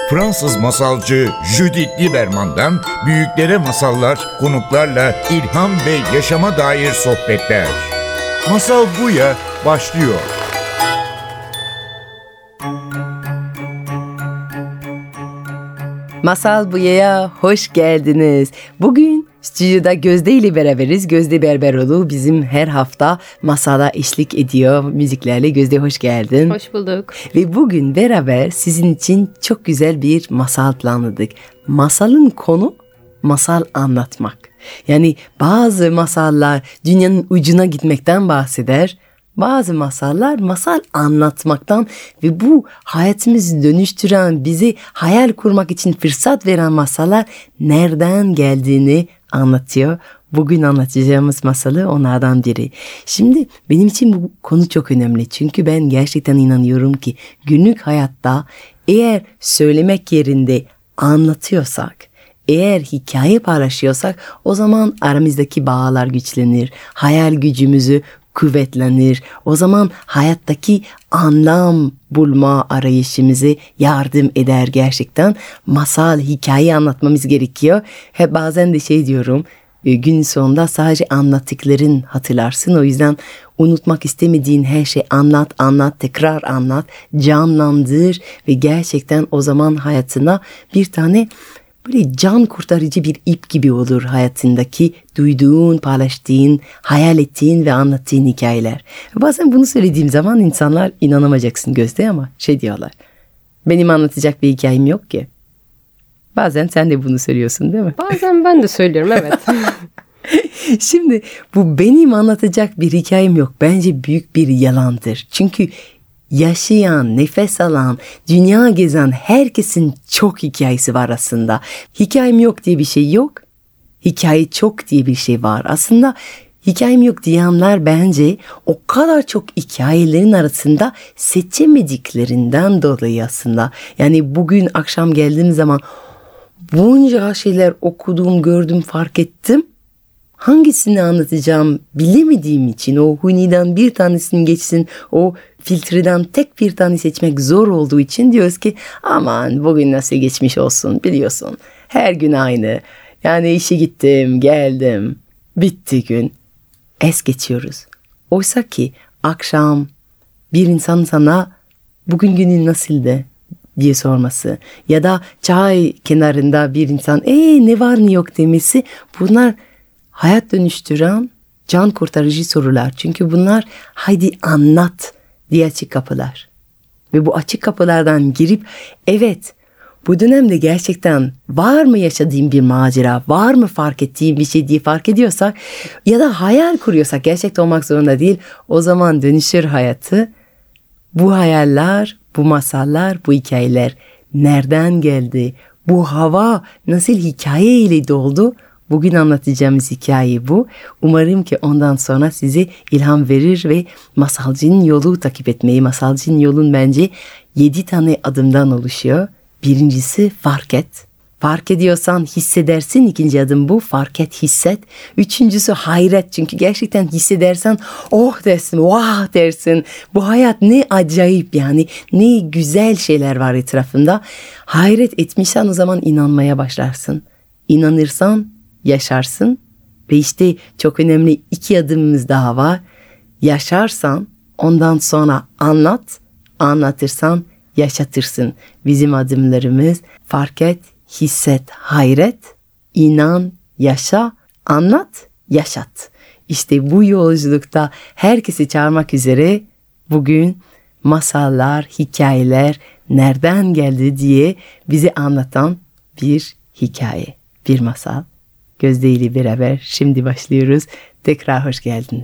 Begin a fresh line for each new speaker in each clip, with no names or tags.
Fransız masalcı Judith Lieberman'dan büyüklere masallar, konuklarla ilham ve yaşama dair sohbetler. Masal Buya başlıyor.
Masal Buya'ya hoş geldiniz. Bugün stüdyoda Gözde ile beraberiz. Gözde Berberoğlu bizim her hafta masala eşlik ediyor müziklerle. Gözde hoş geldin.
Hoş bulduk.
Ve bugün beraber sizin için çok güzel bir masal planladık. Masalın konu masal anlatmak. Yani bazı masallar dünyanın ucuna gitmekten bahseder. Bazı masallar masal anlatmaktan ve bu hayatımızı dönüştüren, bizi hayal kurmak için fırsat veren masallar nereden geldiğini anlatıyor. Bugün anlatacağımız masalı onlardan biri. Şimdi benim için bu konu çok önemli. Çünkü ben gerçekten inanıyorum ki günlük hayatta eğer söylemek yerinde anlatıyorsak, eğer hikaye paylaşıyorsak o zaman aramızdaki bağlar güçlenir, hayal gücümüzü kuvvetlenir. O zaman hayattaki anlam bulma arayışımızı yardım eder gerçekten. Masal, hikaye anlatmamız gerekiyor. Hep bazen de diyorum, gün sonunda sadece anlattıkların hatırlarsın. O yüzden unutmak istemediğin her şey anlat, tekrar anlat, canlandır ve gerçekten o zaman hayatına bir tane böyle can kurtarıcı bir ip gibi olur hayatındaki duyduğun, paylaştığın, hayal ettiğin ve anlattığın hikayeler. Bazen bunu söylediğim zaman insanlar inanamayacaksın Gözde ama diyorlar. Benim anlatacak bir hikayem yok ki. Bazen sen de bunu söylüyorsun değil mi?
Bazen ben de söylüyorum, evet.
Şimdi bu benim anlatacak bir hikayem yok. Bence büyük bir yalandır. Çünkü yaşayan, nefes alan, dünya gezen herkesin çok hikayesi var aslında. Hikayem yok diye bir şey yok. Hikaye çok diye bir şey var. Aslında hikayem yok diyenler bence o kadar çok hikayelerin arasında seçemediklerinden dolayı aslında. Yani bugün akşam geldiğim zaman bunca şeyler okudum, gördüm, fark ettim. Hangisini anlatacağım bilemediğim için o huniden bir tanesini geçsin, o filtreden tek bir tane seçmek zor olduğu için diyoruz ki aman bugün nasıl geçmiş olsun, biliyorsun. Her gün aynı. Yani işe gittim, geldim, bitti gün. Es geçiyoruz. Oysa ki akşam bir insan sana bugün günün nasıldı diye sorması ya da çay kenarında bir insan ne var ne yok demesi, bunlar hayat dönüştüren, can kurtarıcı sorular. Çünkü bunlar haydi anlat diye açık kapılar. Ve bu açık kapılardan girip evet bu dönemde gerçekten var mı yaşadığım bir macera, var mı fark ettiğim bir şey diye fark ediyorsak ya da hayal kuruyorsak, gerçekten olmak zorunda değil, o zaman dönüşür hayatı. Bu hayaller, bu masallar, bu hikayeler nereden geldi? Bu hava nasıl hikaye ile doldu? Bugün anlatacağımız hikaye bu. Umarım ki ondan sonra size ilham verir ve masalcının yolu takip etmeyi. Masalcının yolun bence 7 tane adımdan oluşuyor. Birincisi fark et. Fark ediyorsan hissedersin. İkinci adım bu. Fark et, hisset. Üçüncüsü hayret. Çünkü gerçekten hissedersen oh dersin, vah dersin. Bu hayat ne acayip yani. Ne güzel şeyler var etrafında. Hayret etmişsen o zaman inanmaya başlarsın. İnanırsan yaşarsın ve işte çok önemli 2 adımımız daha var. Yaşarsan ondan sonra anlatırsan yaşatırsın. Bizim adımlarımız fark et, hisset, hayret, inan, yaşa, anlat, yaşat. İşte bu yolculukta herkesi çağırmak üzere bugün masallar, hikayeler nereden geldi diye bize anlatan bir hikaye, bir masal. Gözde ile beraber şimdi başlıyoruz. Tekrar hoş geldiniz.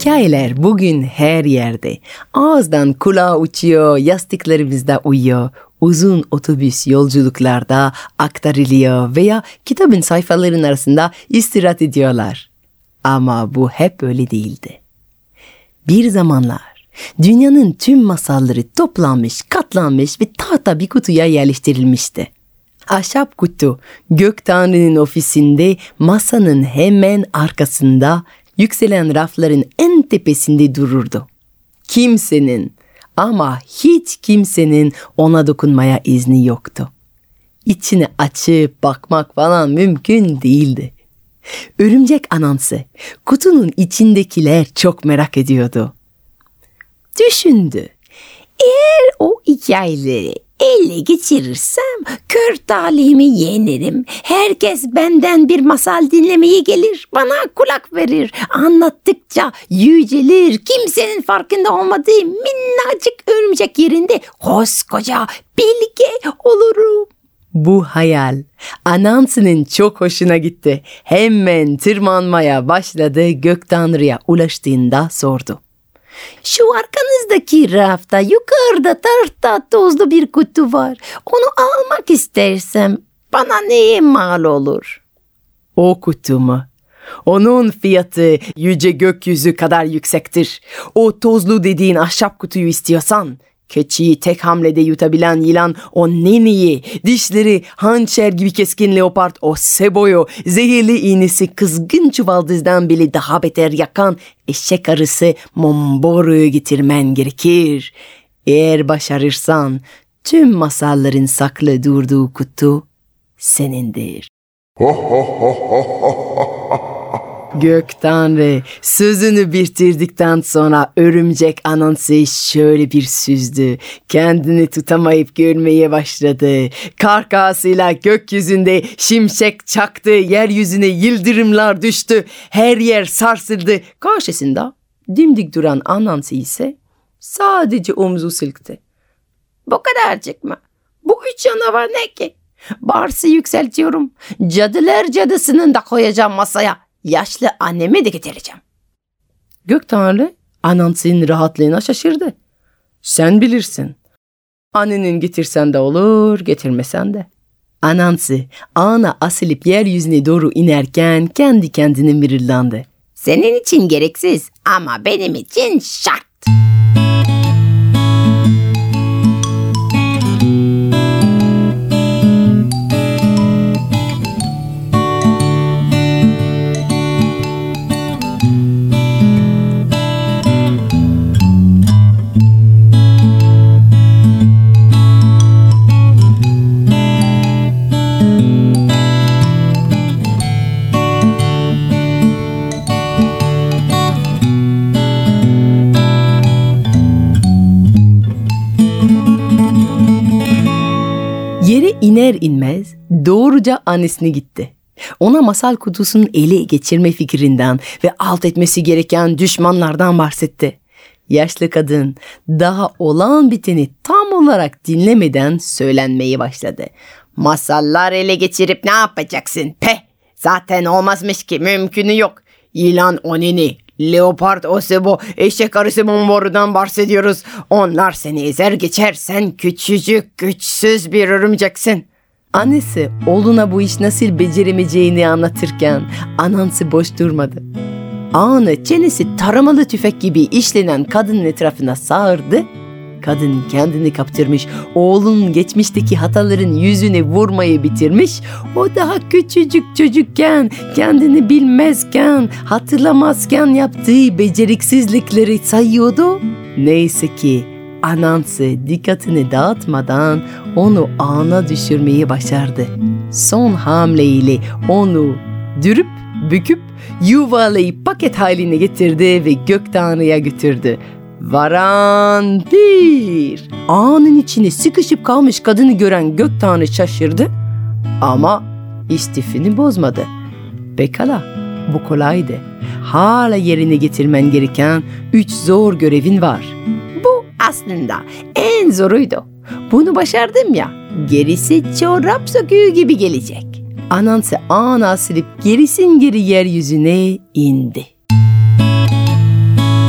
Hikayeler bugün her yerde. Ağızdan kulağa uçuyor, yastıklarımızda uyuyor. Uzun otobüs yolculuklarda aktarılıyor veya kitabın sayfalarının arasında istirahat ediyorlar. Ama bu hep öyle değildi. Bir zamanlar dünyanın tüm masalları toplanmış, katlanmış ve tahta bir kutuya yerleştirilmişti. Ahşap kutu Gök Tanrı'nın ofisinde masanın hemen arkasında yükselen rafların en tepesinde dururdu. Kimsenin ama hiç kimsenin ona dokunmaya izni yoktu. İçini açıp bakmak falan mümkün değildi. Örümcek anansı kutunun içindekiler çok merak ediyordu. Düşündü. Eğer o hikayeleri ele geçirirsem kör talihimi yenirim. Herkes benden bir masal dinlemeye gelir. Bana kulak verir. Anlattıkça yücelir. Kimsenin farkında olmadığı minnacık örümcek yerinde koskoca bilge olurum. Bu hayal Anansi'nin çok hoşuna gitti. Hemen tırmanmaya başladı. Gök Tanrı'ya ulaştığında sordu. Şu arkanızdaki rafta yukarıda tartta tozlu bir kutu var. Onu almak istersem bana neye mal olur? O kutu mu? Onun fiyatı yüce gökyüzü kadar yüksektir. O tozlu dediğin ahşap kutuyu istiyorsan, keçiyi tek hamlede yutabilen yılan o neniyi, dişleri hançer gibi keskin leopard o seboyu, zehirli iğnesi kızgın çuvaldızdan bile daha beter yakan eşek arısı Momboru'yu getirmen gerekir. Eğer başarırsan tüm masalların saklı durduğu kutu senindir. Gök Tanrı sözünü bitirdikten sonra örümcek Anansi şöyle bir süzdü. Kendini tutamayıp gülmeye başladı. Kahkahasıyla gökyüzünde şimşek çaktı. Yeryüzüne yıldırımlar düştü. Her yer sarsıldı. Karşısında dimdik duran Anansi ise sadece omzu silkti. Bu kadarcık mı? Bu üç canavar ne ki? Bars'ı yükseltiyorum. Cadılar cadısının da koyacağım masaya. Yaşlı annemi de getireceğim. Gök Tanrı Anansi'nin rahatlığına şaşırdı. Sen bilirsin. Annenin getirsen de olur, getirmesen de. Anansi ağına asılıp yeryüzüne doğru inerken kendi kendine mırıldandı. Senin için gereksiz ama benim için şart. Yere iner inmez doğruca annesine gitti. Ona masal kutusunun ele geçirme fikrinden ve alt etmesi gereken düşmanlardan bahsetti. Yaşlı kadın daha olan biteni tam olarak dinlemeden söylenmeye başladı. Masallar ele geçirip ne yapacaksın? Peh! Zaten olmazmış ki, mümkünü yok. Yılan oneni, leopard osebo, eşek arısı Momboru'dan bahsediyoruz. Onlar seni ezer geçer, sen küçücük, güçsüz bir örümceksin. Annesi oğluna bu iş nasıl beceremeyeceğini anlatırken Anansi boş durmadı. Ağını çenesi taramalı tüfek gibi işlenen kadının etrafına sardı. Kadın kendini kaptırmış, oğlunun geçmişteki hataların yüzüne vurmayı bitirmiş. O daha küçücük çocukken, kendini bilmezken, hatırlamazken yaptığı beceriksizlikleri sayıyordu. Neyse ki Anansi dikkatini dağıtmadan onu ağına düşürmeyi başardı. Son hamleyle onu dürüp büküp yuvalayıp paket haline getirdi ve Gök Tanrı'ya götürdü. Varantir! Ağının içine sıkışıp kalmış kadını gören Gök Tanrı şaşırdı ama istifini bozmadı. Pekala, bu kolaydı. Hala yerine getirmen gereken 3 zor görevin var. Bu aslında en zoruydu. Bunu başardım ya, gerisi çorap söküğü gibi gelecek. Anansi ağına asılıp gerisin geri yeryüzüne indi.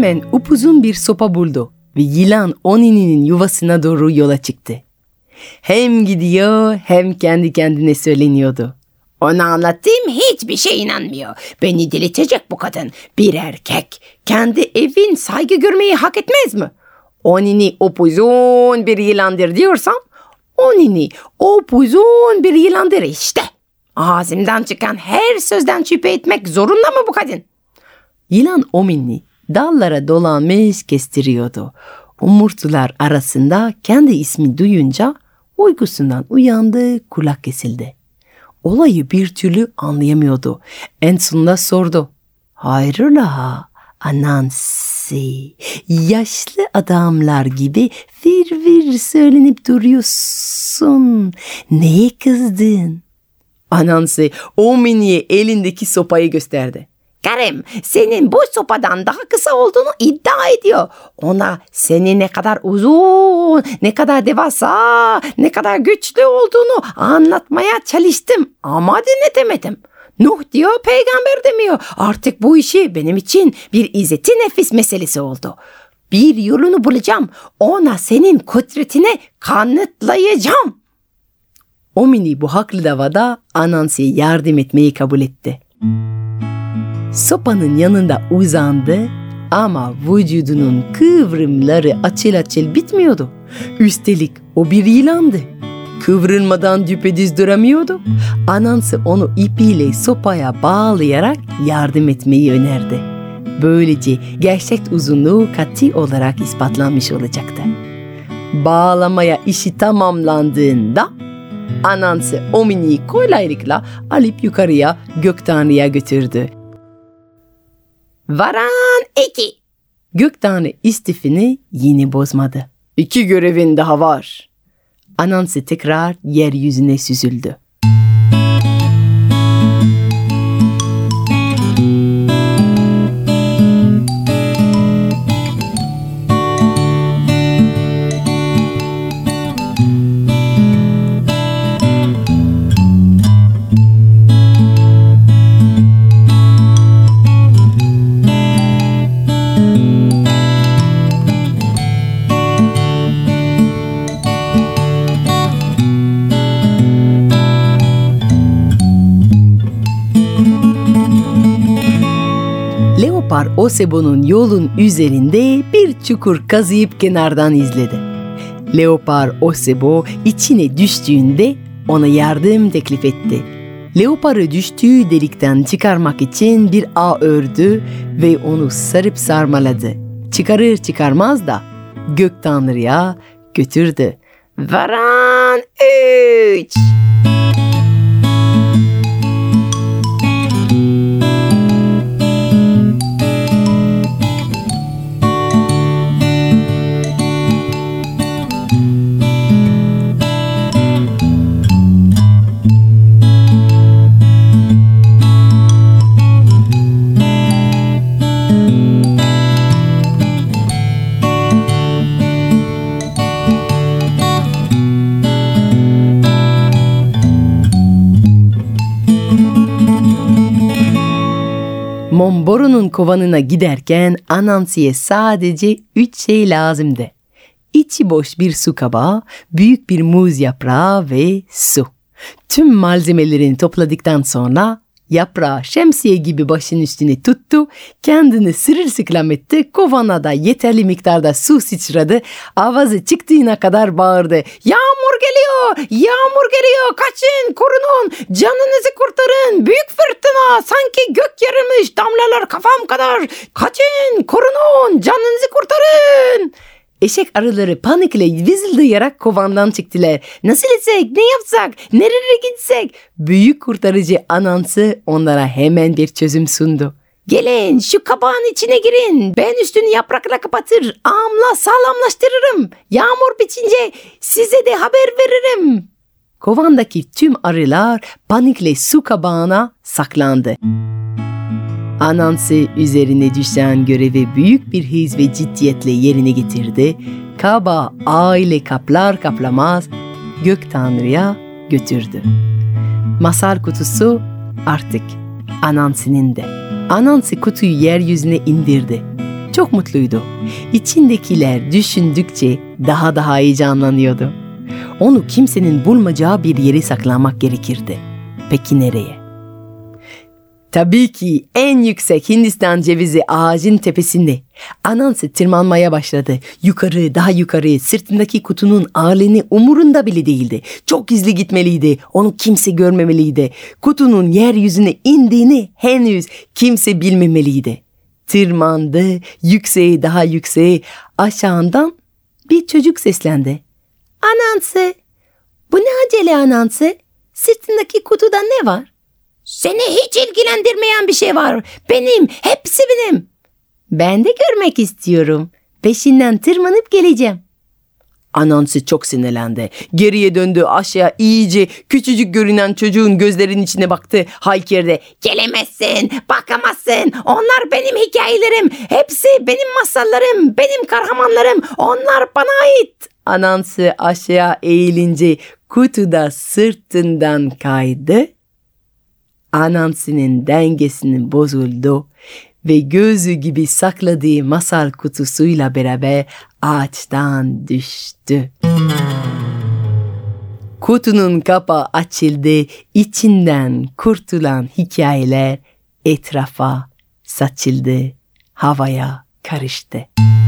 Hemen upuzun bir sopa buldu ve yılan Onini'nin yuvasına doğru yola çıktı. Hem gidiyor hem kendi kendine söyleniyordu.
Ona anlattığım hiçbir şey inanmıyor. Beni delirtecek bu kadın. Bir erkek kendi evin saygı görmeyi hak etmez mi? Onini upuzun bir yılandır diyorsam, Onini upuzun bir yılandır işte. Ağzımdan çıkan her sözden şüphe etmek zorunda mı bu kadın?
Yılan Omini dallara dolanmış kestiriyordu. Umurtular arasında kendi ismi duyunca uykusundan uyandı, kulak kesildi. Olayı bir türlü anlayamıyordu. En sonunda sordu. Hayrola Anansi, yaşlı adamlar gibi vir söylenip duruyorsun. Neye kızdın? Anansi Omini'ye elindeki sopayı gösterdi.
Karım senin bu sopadan daha kısa olduğunu iddia ediyor. Ona seni ne kadar uzun, ne kadar devasa, ne kadar güçlü olduğunu anlatmaya çalıştım ama dinletemedim. Nuh diyor, peygamber demiyor. Artık bu işi benim için bir izzeti nefis meselesi oldu. Bir yolunu bulacağım. Ona senin kudretini kanıtlayacağım.
Omini bu haklı davada Anansi'ye yardım etmeyi kabul etti. Sopanın yanında uzandı ama vücudunun kıvrımları açıl bitmiyordu. Üstelik o bir yılandı. Kıvrılmadan düpedüz duramıyordu. Anansi onu ipiyle sopaya bağlayarak yardım etmeyi önerdi. Böylece gerçek uzunluğu kat'i olarak ispatlanmış olacaktı. Bağlamaya işi tamamlandığında Anansi Omini'yi kolaylıkla alıp yukarıya Gök Tanrı'ya götürdü.
Varan 2.
Gök Tanrı istifini yine bozmadı. 2 görevin daha var. Anansi tekrar yeryüzüne süzüldü. Leopar Osebo'nun yolun üzerinde bir çukur kazıyıp kenardan izledi. Leopar Osebo içine düştüğünde ona yardım teklif etti. Leopar'ı düştüğü delikten çıkarmak için bir ağ ördü ve onu sarıp sarmaladı. Çıkarır çıkarmaz da Gök Tanrı'ya götürdü.
Varan 3.
Momboru'nun kovanına giderken Anansi'ye sadece 3 şey lazımdı. İçi boş bir su kabağı, büyük bir muz yaprağı ve su. Tüm malzemelerini topladıktan sonra yaprağı şemsiye gibi başın üstüne tuttu, kendini sırılsıklam etti, kovana da yeterli miktarda su sıçradı, avazı çıktığına kadar bağırdı. Yağmur geliyor, yağmur geliyor, kaçın, korunun, canınızı kurtarın, büyük fırtına, sanki gök yarılmış, damlalar kafam kadar, kaçın, korunun, canınızı kurtarın. Eşek arıları panikle vızıldayarak kovandan çıktılar. Nasıl etsek, ne yapsak, nereye gitsek? Büyük kurtarıcı Anansi onlara hemen bir çözüm sundu.
Gelin şu kabağın içine girin. Ben üstünü yaprakla kapatır, ağımla sağlamlaştırırım. Yağmur bitince size de haber veririm.
Kovandaki tüm arılar panikle su kabağına saklandı. Anansi üzerine düşen görevi büyük bir hız ve ciddiyetle yerine getirdi. Kabağı ağ ile kaplar kaplamaz Gök Tanrı'ya götürdü. Masal kutusu artık Anansi'nin de. Anansi kutuyu yeryüzüne indirdi. çok mutluydu. İçindekiler düşündükçe daha da heyecanlanıyordu. Onu kimsenin bulmayacağı bir yere saklamak gerekirdi. Peki nereye? Tabii ki en yüksek Hindistan cevizi ağacın tepesinde. Anansi tırmanmaya başladı. Yukarı, daha yukarı, sırtındaki kutunun ağırlığını umurunda bile değildi. Çok gizli gitmeliydi. Onu kimse görmemeliydi. Kutunun yeryüzüne indiğini henüz kimse bilmemeliydi. Tırmandı, yükseğe, daha yükseğe. Aşağıdan bir çocuk seslendi.
Anansi, bu ne acele Anansi? Sırtındaki kutuda ne var? Seni hiç ilgilendirmeyen bir şey var. Benim, hepsi benim.
Ben de görmek istiyorum. Peşinden tırmanıp geleceğim. Anansi çok sinirlendi. Geriye döndü, aşağı iyice küçücük görünen çocuğun gözlerinin içine baktı. Haykırdı.
Gelemezsin, bakamazsın. Onlar benim hikayelerim. Hepsi benim masallarım, benim kahramanlarım. Onlar bana ait.
Anansi aşağı eğilince kutuda sırtından kaydı. Anansi'nin dengesinin bozuldu ve gözü gibi sakladığı masal kutusuyla beraber ağaçtan düştü. Kutunun kapağı açıldı, içinden kurtulan hikayeler etrafa saçıldı, havaya karıştı.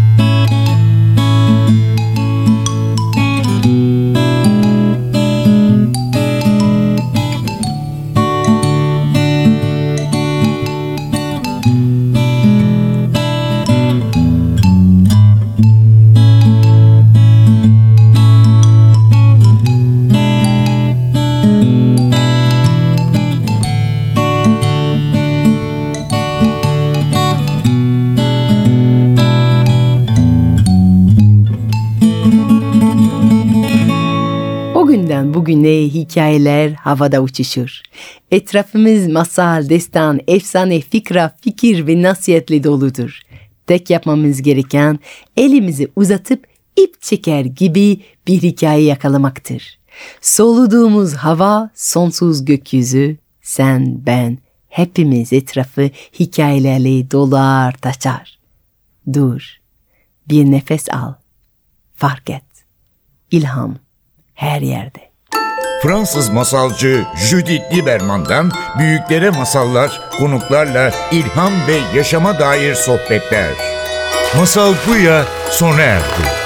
Bugüne hikayeler havada uçuşur. Etrafımız masal, destan, efsane, fikra, fikir ve nasihatle doludur. Tek yapmamız gereken elimizi uzatıp ip çeker gibi bir hikaye yakalamaktır. Soluduğumuz hava, sonsuz gökyüzü, sen, ben, hepimiz etrafı hikayelerle dolar taşar. Dur, bir nefes al, fark et. İlham her yerde.
Fransız masalcı Judith Lieberman'dan büyüklere masallar, konuklarla ilham ve yaşama dair sohbetler. Masal Buya sona erdi.